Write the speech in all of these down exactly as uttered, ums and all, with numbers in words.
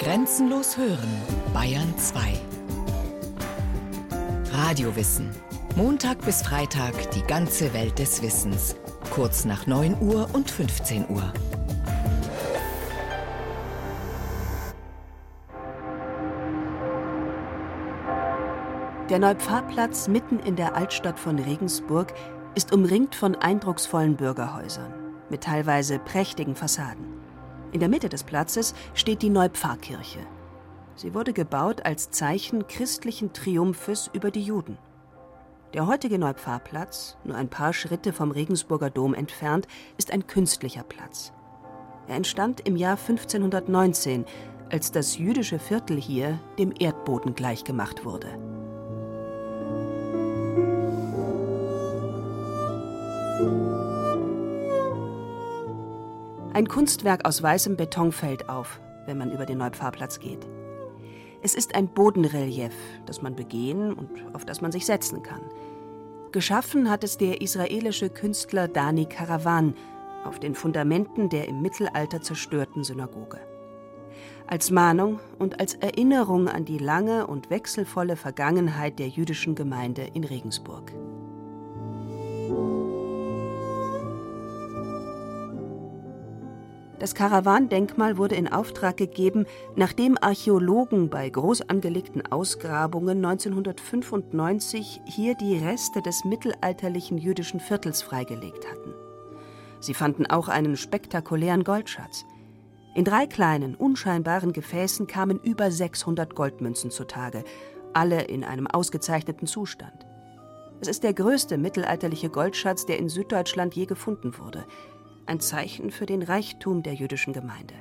Grenzenlos hören, Bayern zwei. Radiowissen. Montag bis Freitag die ganze Welt des Wissens. Kurz nach neun Uhr und fünfzehn Uhr. Der Neupfarrplatz mitten in der Altstadt von Regensburg ist umringt von eindrucksvollen Bürgerhäusern mit teilweise prächtigen Fassaden. In der Mitte des Platzes steht die Neupfarrkirche. Sie wurde gebaut als Zeichen christlichen Triumphes über die Juden. Der heutige Neupfarrplatz, nur ein paar Schritte vom Regensburger Dom entfernt, ist ein künstlicher Platz. Er entstand im Jahr fünfzehnhundertneunzehn, als das jüdische Viertel hier dem Erdboden gleichgemacht wurde. Ein Kunstwerk aus weißem Beton fällt auf, wenn man über den Neupfarrplatz geht. Es ist ein Bodenrelief, das man begehen und auf das man sich setzen kann. Geschaffen hat es der israelische Künstler Dani Karawan auf den Fundamenten der im Mittelalter zerstörten Synagoge. Als Mahnung und als Erinnerung an die lange und wechselvolle Vergangenheit der jüdischen Gemeinde in Regensburg. Das Karawan-Denkmal wurde in Auftrag gegeben, nachdem Archäologen bei groß angelegten Ausgrabungen neunzehnhundertfünfundneunzig hier die Reste des mittelalterlichen jüdischen Viertels freigelegt hatten. Sie fanden auch einen spektakulären Goldschatz. In drei kleinen, unscheinbaren Gefäßen kamen über sechshundert Goldmünzen zutage, alle in einem ausgezeichneten Zustand. Es ist der größte mittelalterliche Goldschatz, der in Süddeutschland je gefunden wurde. Ein Zeichen für den Reichtum der jüdischen Gemeinde.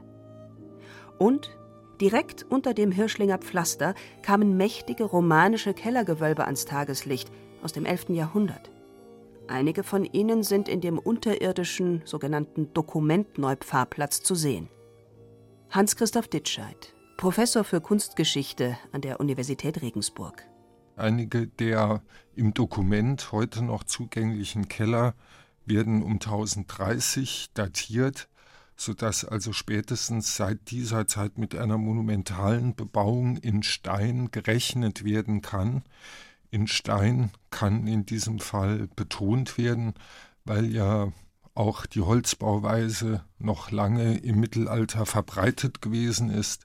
Und direkt unter dem Hirschlinger Pflaster kamen mächtige romanische Kellergewölbe ans Tageslicht aus dem elften Jahrhundert. Einige von ihnen sind in dem unterirdischen sogenannten Dokument-Neupfarrplatz zu sehen. Hans-Christoph Ditscheid, Professor für Kunstgeschichte an der Universität Regensburg. Einige der im Dokument heute noch zugänglichen Keller werden um tausenddreißig datiert, sodass also spätestens seit dieser Zeit mit einer monumentalen Bebauung in Stein gerechnet werden kann. In Stein kann in diesem Fall betont werden, weil ja auch die Holzbauweise noch lange im Mittelalter verbreitet gewesen ist.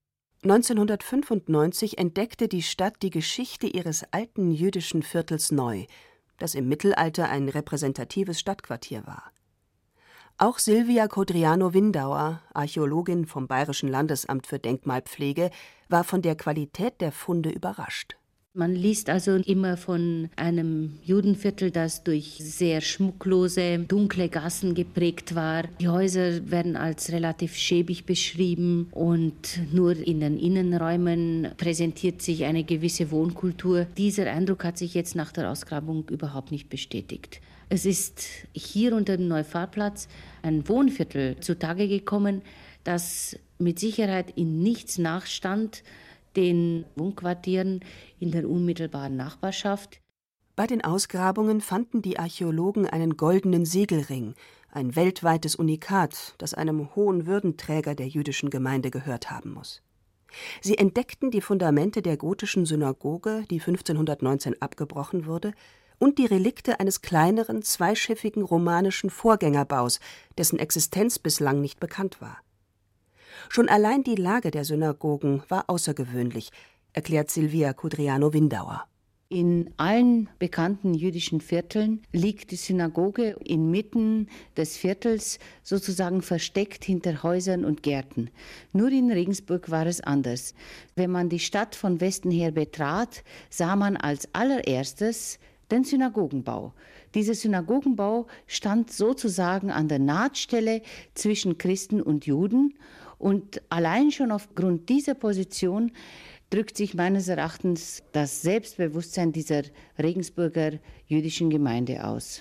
neunzehnhundertfünfundneunzig entdeckte die Stadt die Geschichte ihres alten jüdischen Viertels neu, das im Mittelalter ein repräsentatives Stadtquartier war. Auch Silvia Codriano-Windauer, Archäologin vom Bayerischen Landesamt für Denkmalpflege, war von der Qualität der Funde überrascht. Man liest also immer von einem Judenviertel, das durch sehr schmucklose, dunkle Gassen geprägt war. Die Häuser werden als relativ schäbig beschrieben und nur in den Innenräumen präsentiert sich eine gewisse Wohnkultur. Dieser Eindruck hat sich jetzt nach der Ausgrabung überhaupt nicht bestätigt. Es ist hier unter dem Neupfarrplatz ein Wohnviertel zutage gekommen, das mit Sicherheit in nichts nachstand den Wohnquartieren in der unmittelbaren Nachbarschaft. Bei den Ausgrabungen fanden die Archäologen einen goldenen Siegelring, ein weltweites Unikat, das einem hohen Würdenträger der jüdischen Gemeinde gehört haben muss. Sie entdeckten die Fundamente der gotischen Synagoge, die fünfzehnhundertneunzehn abgebrochen wurde, und die Relikte eines kleineren, zweischiffigen romanischen Vorgängerbaus, dessen Existenz bislang nicht bekannt war. Schon allein die Lage der Synagogen war außergewöhnlich, erklärt Silvia Codriano-Windauer. In allen bekannten jüdischen Vierteln liegt die Synagoge inmitten des Viertels, sozusagen versteckt hinter Häusern und Gärten. Nur in Regensburg war es anders. Wenn man die Stadt von Westen her betrat, sah man als allererstes den Synagogenbau. Dieser Synagogenbau stand sozusagen an der Nahtstelle zwischen Christen und Juden. Und allein schon aufgrund dieser Position drückt sich meines Erachtens das Selbstbewusstsein dieser Regensburger jüdischen Gemeinde aus.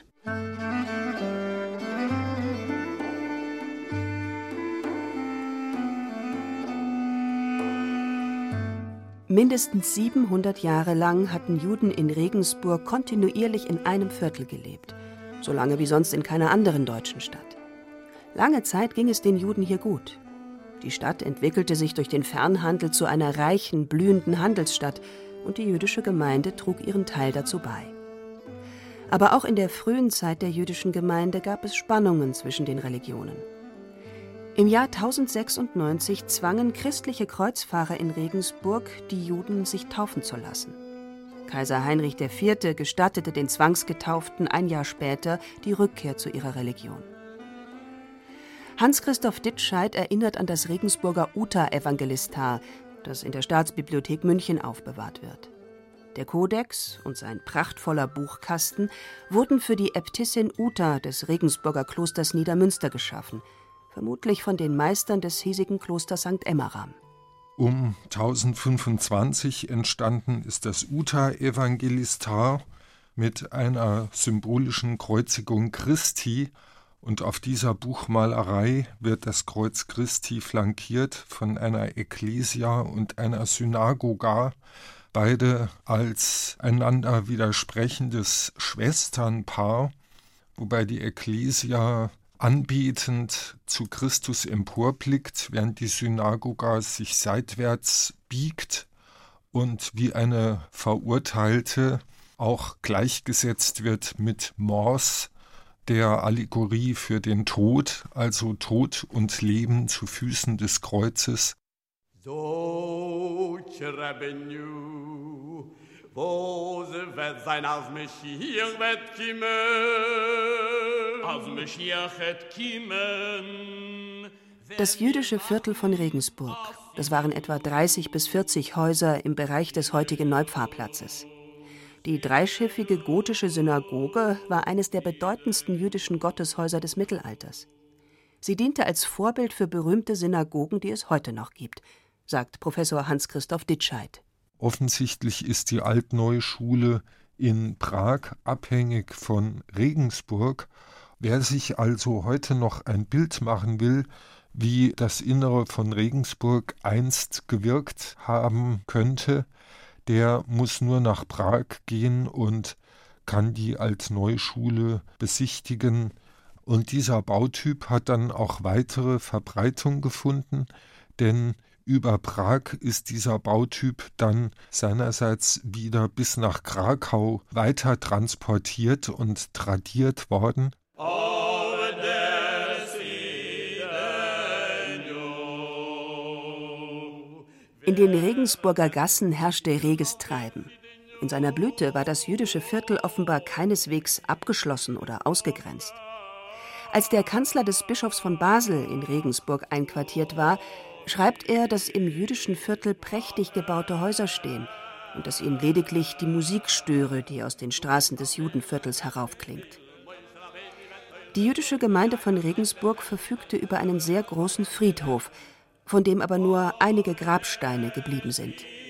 Mindestens siebenhundert Jahre lang hatten Juden in Regensburg kontinuierlich in einem Viertel gelebt, so lange wie sonst in keiner anderen deutschen Stadt. Lange Zeit ging es den Juden hier gut. Die Stadt entwickelte sich durch den Fernhandel zu einer reichen, blühenden Handelsstadt und die jüdische Gemeinde trug ihren Teil dazu bei. Aber auch in der frühen Zeit der jüdischen Gemeinde gab es Spannungen zwischen den Religionen. Im Jahr tausendsechsundneunzig zwangen christliche Kreuzfahrer in Regensburg die Juden, sich taufen zu lassen. Kaiser Heinrich der Vierte gestattete den Zwangsgetauften ein Jahr später die Rückkehr zu ihrer Religion. Hans-Christoph Ditscheid erinnert an das Regensburger Uta-Evangelistar, das in der Staatsbibliothek München aufbewahrt wird. Der Kodex und sein prachtvoller Buchkasten wurden für die Äbtissin Uta des Regensburger Klosters Niedermünster geschaffen, vermutlich von den Meistern des hiesigen Klosters Sankt Emmeram. Um tausendfünfundzwanzig entstanden ist das Uta-Evangelistar mit einer symbolischen Kreuzigung Christi, und auf dieser Buchmalerei wird das Kreuz Christi flankiert von einer Ekklesia und einer Synagoga, beide als einander widersprechendes Schwesternpaar, wobei die Ekklesia anbetend zu Christus emporblickt, während die Synagoga sich seitwärts biegt und wie eine Verurteilte auch gleichgesetzt wird mit Mors, der Allegorie für den Tod, also Tod und Leben zu Füßen des Kreuzes. So Rebenu, wo sie wird sein, als Meschiach wird kommen, als Meschiach wird kommen. Das jüdische Viertel von Regensburg, das waren etwa dreißig bis vierzig Häuser im Bereich des heutigen Neupfarrplatzes. Die dreischiffige gotische Synagoge war eines der bedeutendsten jüdischen Gotteshäuser des Mittelalters. Sie diente als Vorbild für berühmte Synagogen, die es heute noch gibt, sagt Professor Hans-Christoph Ditscheid. Offensichtlich ist die Altneue Schule in Prag abhängig von Regensburg. Wer sich also heute noch ein Bild machen will, wie das Innere von Regensburg einst gewirkt haben könnte, der muss nur nach Prag gehen und kann die Altneue Schule besichtigen. Und dieser Bautyp hat dann auch weitere Verbreitung gefunden, denn über Prag ist dieser Bautyp dann seinerseits wieder bis nach Krakau weiter transportiert und tradiert worden. In den Regensburger Gassen herrschte reges Treiben. In seiner Blüte war das jüdische Viertel offenbar keineswegs abgeschlossen oder ausgegrenzt. Als der Kanzler des Bischofs von Basel in Regensburg einquartiert war, schreibt er, dass im jüdischen Viertel prächtig gebaute Häuser stehen und dass ihn lediglich die Musik störe, die aus den Straßen des Judenviertels heraufklingt. Die jüdische Gemeinde von Regensburg verfügte über einen sehr großen Friedhof, von dem aber nur einige Grabsteine geblieben sind.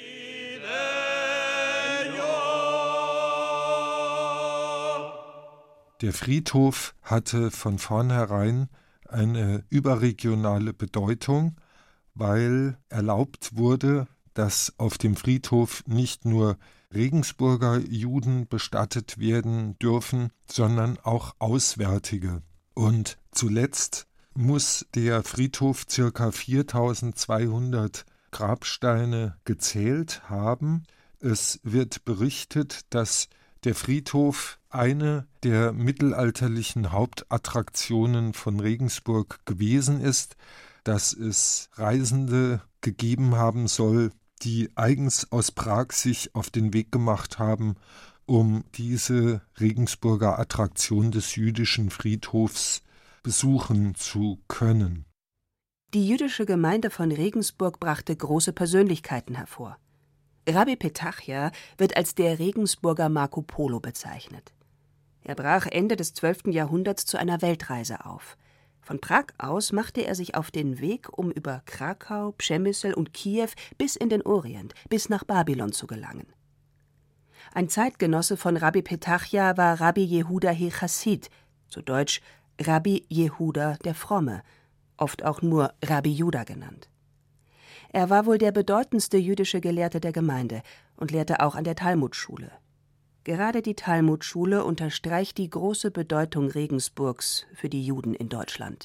Der Friedhof hatte von vornherein eine überregionale Bedeutung, weil erlaubt wurde, dass auf dem Friedhof nicht nur Regensburger Juden bestattet werden dürfen, sondern auch Auswärtige. Und zuletzt muss der Friedhof ca. viertausendzweihundert Grabsteine gezählt haben. Es wird berichtet, dass der Friedhof eine der mittelalterlichen Hauptattraktionen von Regensburg gewesen ist, dass es Reisende gegeben haben soll, die eigens aus Prag sich auf den Weg gemacht haben, um diese Regensburger Attraktion des jüdischen Friedhofs besuchen zu können. Die jüdische Gemeinde von Regensburg brachte große Persönlichkeiten hervor. Rabbi Petachia wird als der Regensburger Marco Polo bezeichnet. Er brach Ende des zwölften Jahrhunderts zu einer Weltreise auf. Von Prag aus machte er sich auf den Weg, um über Krakau, Przemysl und Kiew bis in den Orient, bis nach Babylon zu gelangen. Ein Zeitgenosse von Rabbi Petachia war Rabbi Jehuda he-Chassid, zu Deutsch Rabbi Jehuda der Fromme, oft auch nur Rabbi Juda genannt. Er war wohl der bedeutendste jüdische Gelehrte der Gemeinde und lehrte auch an der Talmudschule. Gerade die Talmudschule unterstreicht die große Bedeutung Regensburgs für die Juden in Deutschland.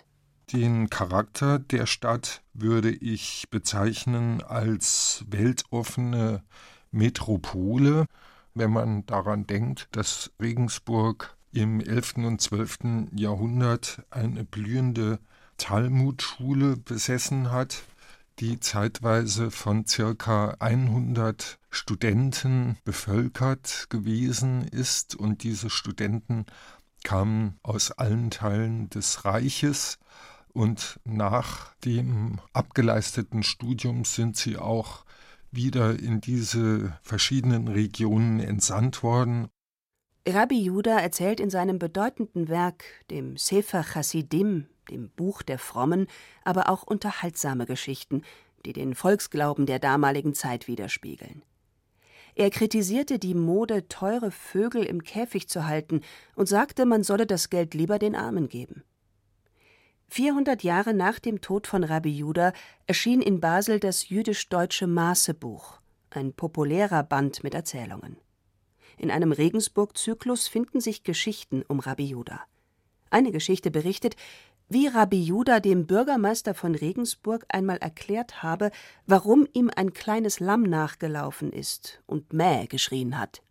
Den Charakter der Stadt würde ich bezeichnen als weltoffene Metropole, wenn man daran denkt, dass Regensburg im elften und zwölften Jahrhundert eine blühende Talmudschule besessen hat, die zeitweise von circa hundert Studenten bevölkert gewesen ist, und diese Studenten kamen aus allen Teilen des Reiches, und nach dem abgeleisteten Studium sind sie auch wieder in diese verschiedenen Regionen entsandt worden. Rabbi Juda erzählt in seinem bedeutenden Werk, dem Sefer Chassidim, dem Buch der Frommen, aber auch unterhaltsame Geschichten, die den Volksglauben der damaligen Zeit widerspiegeln. Er kritisierte die Mode, teure Vögel im Käfig zu halten, und sagte, man solle das Geld lieber den Armen geben. vierhundert Jahre nach dem Tod von Rabbi Juda erschien in Basel das jüdisch-deutsche Maßebuch, ein populärer Band mit Erzählungen. In einem Regensburg-Zyklus finden sich Geschichten um Rabbi Juda. Eine Geschichte berichtet, wie Rabbi Juda dem Bürgermeister von Regensburg einmal erklärt habe, warum ihm ein kleines Lamm nachgelaufen ist und Mäh geschrien hat.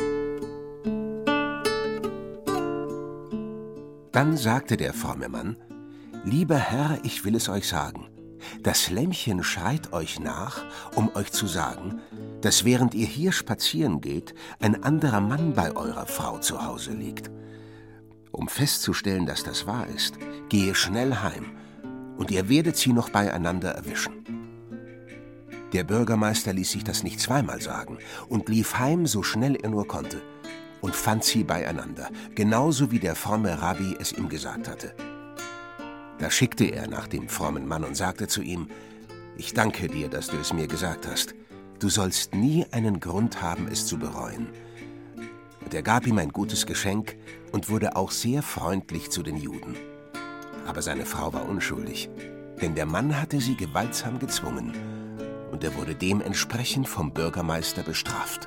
Dann sagte der fromme Mann: »Lieber Herr, ich will es euch sagen. Das Lämmchen schreit euch nach, um euch zu sagen, dass während ihr hier spazieren geht, ein anderer Mann bei eurer Frau zu Hause liegt. Um festzustellen, dass das wahr ist, gehe schnell heim, und ihr werdet sie noch beieinander erwischen.« Der Bürgermeister ließ sich das nicht zweimal sagen und lief heim, so schnell er nur konnte, und fand sie beieinander, genauso wie der fromme Rabbi es ihm gesagt hatte. Da schickte er nach dem frommen Mann und sagte zu ihm: »Ich danke dir, dass du es mir gesagt hast. Du sollst nie einen Grund haben, es zu bereuen.« Und er gab ihm ein gutes Geschenk und wurde auch sehr freundlich zu den Juden. Aber seine Frau war unschuldig, denn der Mann hatte sie gewaltsam gezwungen, und er wurde dementsprechend vom Bürgermeister bestraft.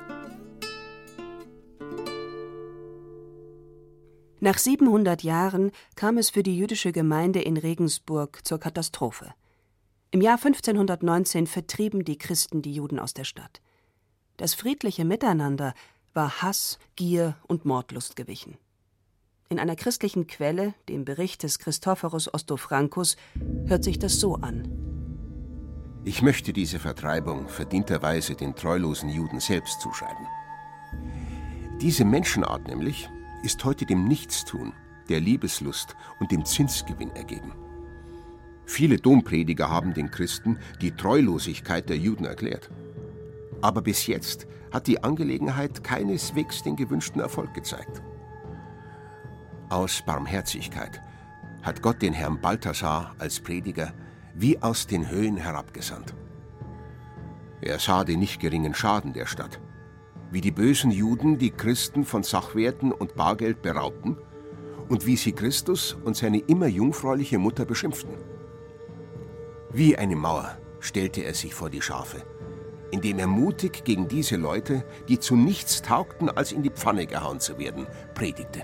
Nach siebenhundert Jahren kam es für die jüdische Gemeinde in Regensburg zur Katastrophe. Im Jahr fünfzehnhundertneunzehn vertrieben die Christen die Juden aus der Stadt. Das friedliche Miteinander war Hass, Gier und Mordlust gewichen. In einer christlichen Quelle, dem Bericht des Christophorus Ostofrancus, hört sich das so an: Ich möchte diese Vertreibung verdienterweise den treulosen Juden selbst zuschreiben. Diese Menschenart nämlich ist heute dem Nichtstun, der Liebeslust und dem Zinsgewinn ergeben. Viele Domprediger haben den Christen die Treulosigkeit der Juden erklärt. Aber bis jetzt hat die Angelegenheit keineswegs den gewünschten Erfolg gezeigt. Aus Barmherzigkeit hat Gott den Herrn Balthasar als Prediger wie aus den Höhen herabgesandt. Er sah den nicht geringen Schaden der Stadt, wie die bösen Juden die Christen von Sachwerten und Bargeld beraubten und wie sie Christus und seine immer jungfräuliche Mutter beschimpften. Wie eine Mauer stellte er sich vor die Schafe, indem er mutig gegen diese Leute, die zu nichts taugten, als in die Pfanne gehauen zu werden, predigte.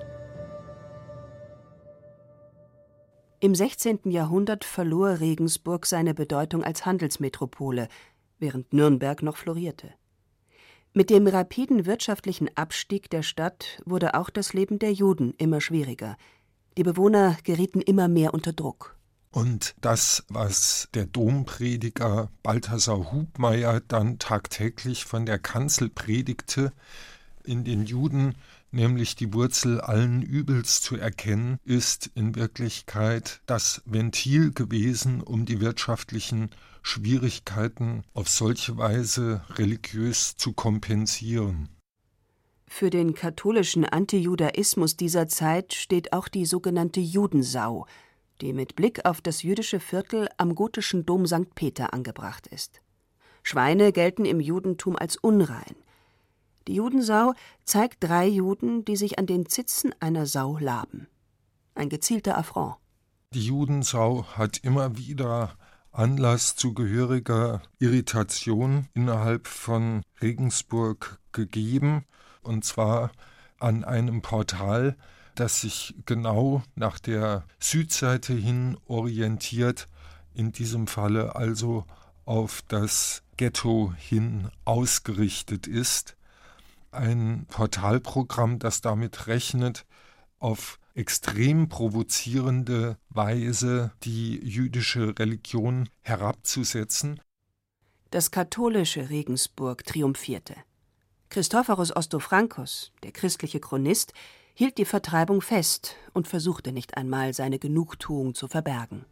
Im sechzehnten Jahrhundert verlor Regensburg seine Bedeutung als Handelsmetropole, während Nürnberg noch florierte. Mit dem rapiden wirtschaftlichen Abstieg der Stadt wurde auch das Leben der Juden immer schwieriger. Die Bewohner gerieten immer mehr unter Druck. Und das, was der Domprediger Balthasar Hubmeier dann tagtäglich von der Kanzel predigte, in den Juden, nämlich die Wurzel allen Übels zu erkennen, ist in Wirklichkeit das Ventil gewesen, um die wirtschaftlichen Schwierigkeiten auf solche Weise religiös zu kompensieren. Für den katholischen Antijudaismus dieser Zeit steht auch die sogenannte Judensau, die mit Blick auf das jüdische Viertel am gotischen Dom Sankt Peter angebracht ist. Schweine gelten im Judentum als unrein. Die Judensau zeigt drei Juden, die sich an den Zitzen einer Sau laben. Ein gezielter Affront. Die Judensau hat immer wieder Anlass zu gehöriger Irritation innerhalb von Regensburg gegeben, und zwar an einem Portal, das sich genau nach der Südseite hin orientiert, in diesem Falle also auf das Ghetto hin ausgerichtet ist. Ein Portalprogramm, das damit rechnet, auf extrem provozierende Weise die jüdische Religion herabzusetzen. Das katholische Regensburg triumphierte. Christophorus Ostofrankos, der christliche Chronist, hielt die Vertreibung fest und versuchte nicht einmal, seine Genugtuung zu verbergen.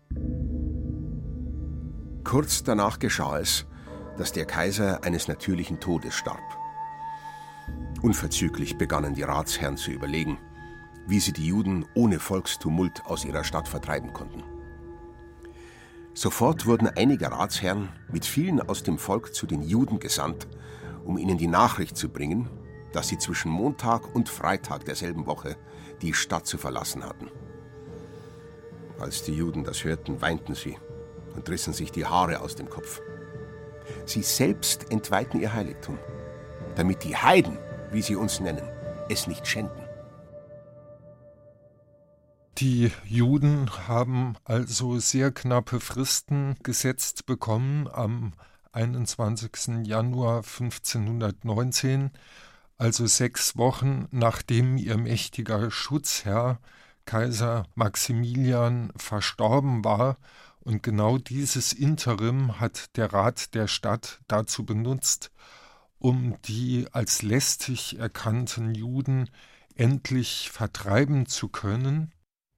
Kurz danach geschah es, dass der Kaiser eines natürlichen Todes starb. Unverzüglich begannen die Ratsherren zu überlegen, wie sie die Juden ohne Volkstumult aus ihrer Stadt vertreiben konnten. Sofort wurden einige Ratsherren mit vielen aus dem Volk zu den Juden gesandt, um ihnen die Nachricht zu bringen, dass sie zwischen Montag und Freitag derselben Woche die Stadt zu verlassen hatten. Als die Juden das hörten, weinten sie und rissen sich die Haare aus dem Kopf. Sie selbst entweihten ihr Heiligtum, damit die Heiden, wie sie uns nennen, es nicht schänden. Die Juden haben also sehr knappe Fristen gesetzt bekommen am einundzwanzigsten Januar fünfzehnhundertneunzehn, also sechs Wochen nachdem ihr mächtiger Schutzherr Kaiser Maximilian verstorben war. Und genau dieses Interim hat der Rat der Stadt dazu benutzt, um die als lästig erkannten Juden endlich vertreiben zu können.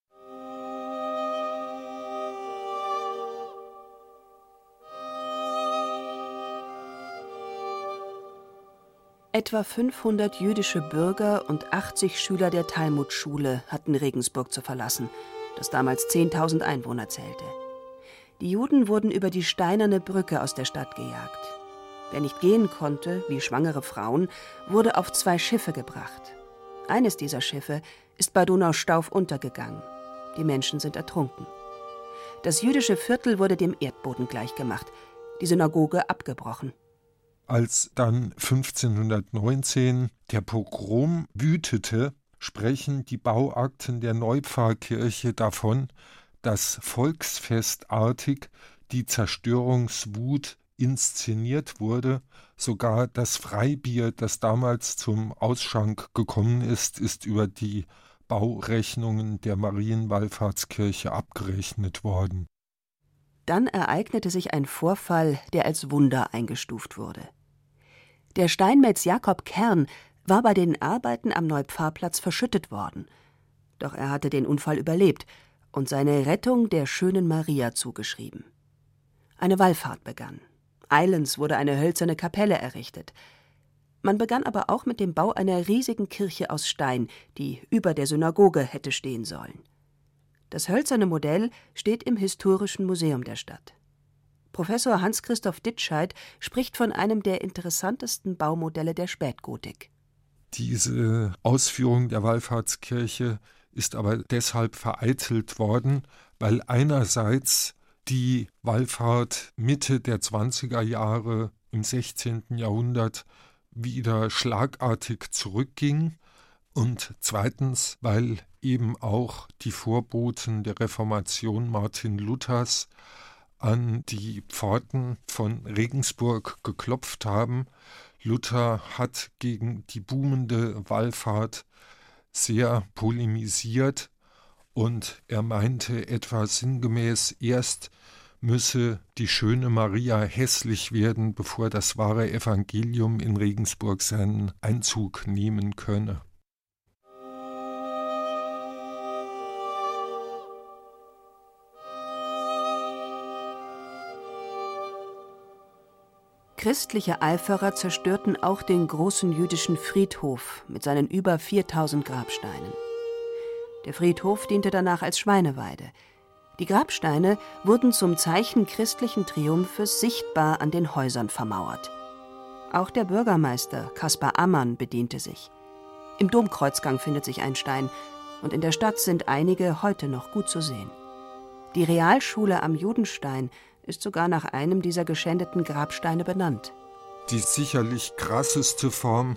Etwa fünfhundert jüdische Bürger und achtzig Schüler der Talmudschule hatten Regensburg zu verlassen, das damals zehntausend Einwohner zählte. Die Juden wurden über die steinerne Brücke aus der Stadt gejagt. Wer nicht gehen konnte, wie schwangere Frauen, wurde auf zwei Schiffe gebracht. Eines dieser Schiffe ist bei Donaustauf untergegangen. Die Menschen sind ertrunken. Das jüdische Viertel wurde dem Erdboden gleichgemacht, die Synagoge abgebrochen. Als dann fünfzehnhundertneunzehn der Pogrom wütete, sprechen die Bauakten der Neupfarrkirche davon, dass volksfestartig die Zerstörungswut inszeniert wurde. Sogar das Freibier, das damals zum Ausschank gekommen ist, ist über die Baurechnungen der Marienwallfahrtskirche abgerechnet worden. Dann ereignete sich ein Vorfall, der als Wunder eingestuft wurde. Der Steinmetz Jakob Kern war bei den Arbeiten am Neupfarrplatz verschüttet worden. Doch er hatte den Unfall überlebt und seine Rettung der schönen Maria zugeschrieben. Eine Wallfahrt begann. Eilends wurde eine hölzerne Kapelle errichtet. Man begann aber auch mit dem Bau einer riesigen Kirche aus Stein, die über der Synagoge hätte stehen sollen. Das hölzerne Modell steht im Historischen Museum der Stadt. Professor Hans-Christoph Ditscheid spricht von einem der interessantesten Baumodelle der Spätgotik. Diese Ausführung der Wallfahrtskirche ist aber deshalb vereitelt worden, weil einerseits die Wallfahrt Mitte der zwanziger Jahre im sechzehnten Jahrhundert wieder schlagartig zurückging und zweitens, weil eben auch die Vorboten der Reformation Martin Luthers an die Pforten von Regensburg geklopft haben. Luther hat gegen die boomende Wallfahrt sehr polemisiert und er meinte etwa sinngemäß, erst müsse die schöne Maria hässlich werden, bevor das wahre Evangelium in Regensburg seinen Einzug nehmen könne. Christliche Eiferer zerstörten auch den großen jüdischen Friedhof mit seinen über viertausend Grabsteinen. Der Friedhof diente danach als Schweineweide. Die Grabsteine wurden zum Zeichen christlichen Triumphes sichtbar an den Häusern vermauert. Auch der Bürgermeister Kaspar Ammann bediente sich. Im Domkreuzgang findet sich ein Stein und in der Stadt sind einige heute noch gut zu sehen. Die Realschule am Judenstein ist sogar nach einem dieser geschändeten Grabsteine benannt. Die sicherlich krasseste Form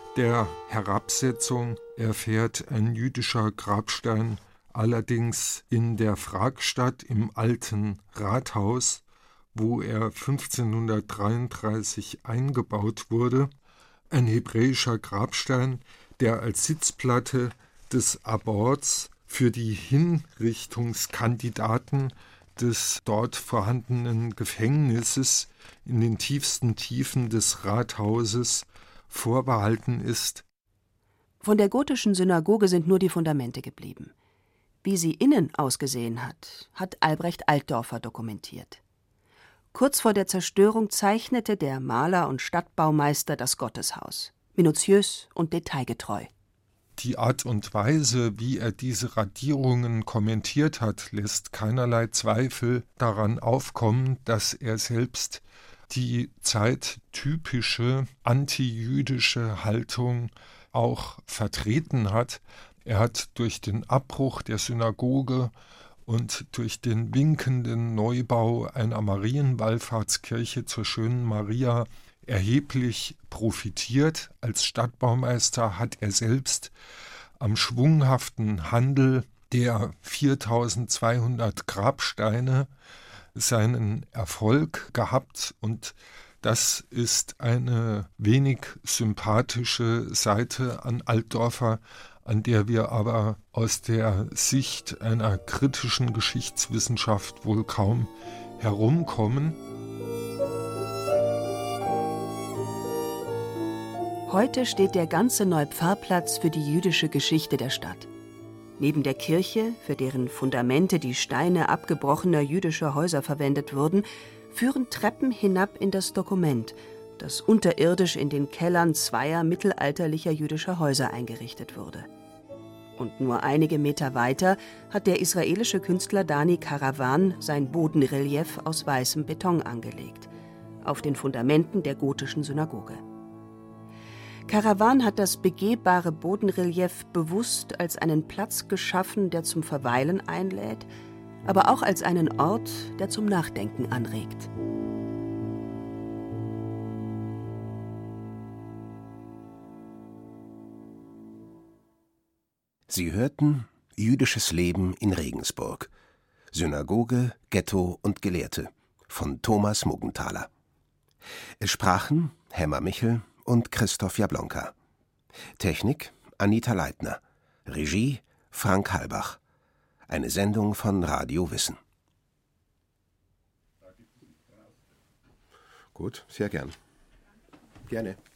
der Herabsetzung erfährt ein jüdischer Grabstein allerdings in der Fragstadt im alten Rathaus, wo er fünfzehnhundertdreiunddreißig eingebaut wurde, ein hebräischer Grabstein, der als Sitzplatte des Aborts für die Hinrichtungskandidaten des dort vorhandenen Gefängnisses in den tiefsten Tiefen des Rathauses vorbehalten ist. Von der gotischen Synagoge sind nur die Fundamente geblieben. Wie sie innen ausgesehen hat, hat Albrecht Altdorfer dokumentiert. Kurz vor der Zerstörung zeichnete der Maler und Stadtbaumeister das Gotteshaus, minutiös und detailgetreu. Die Art und Weise, wie er diese Radierungen kommentiert hat, lässt keinerlei Zweifel daran aufkommen, dass er selbst die zeittypische antijüdische Haltung auch vertreten hat. Er hat durch den Abbruch der Synagoge und durch den winkenden Neubau einer Marienwallfahrtskirche zur Schönen Maria erheblich profitiert. Als Stadtbaumeister hat er selbst am schwunghaften Handel der viertausendzweihundert Grabsteine seinen Erfolg gehabt, und das ist eine wenig sympathische Seite an Altdorfer, an der wir aber aus der Sicht einer kritischen Geschichtswissenschaft wohl kaum herumkommen. Heute steht der ganze Neupfarrplatz für die jüdische Geschichte der Stadt. Neben der Kirche, für deren Fundamente die Steine abgebrochener jüdischer Häuser verwendet wurden, führen Treppen hinab in das Dokument, das unterirdisch in den Kellern zweier mittelalterlicher jüdischer Häuser eingerichtet wurde. Und nur einige Meter weiter hat der israelische Künstler Dani Karawan sein Bodenrelief aus weißem Beton angelegt, auf den Fundamenten der gotischen Synagoge. Karawan hat das begehbare Bodenrelief bewusst als einen Platz geschaffen, der zum Verweilen einlädt, aber auch als einen Ort, der zum Nachdenken anregt. Sie hörten Jüdisches Leben in Regensburg. Synagoge, Ghetto und Gelehrte von Thomas Muggenthaler. Es sprachen Hemmer Michel und Christoph Jablonka. Technik Anita Leitner. Regie Frank Halbach. Eine Sendung von Radio Wissen. Gut, sehr gern. Gerne.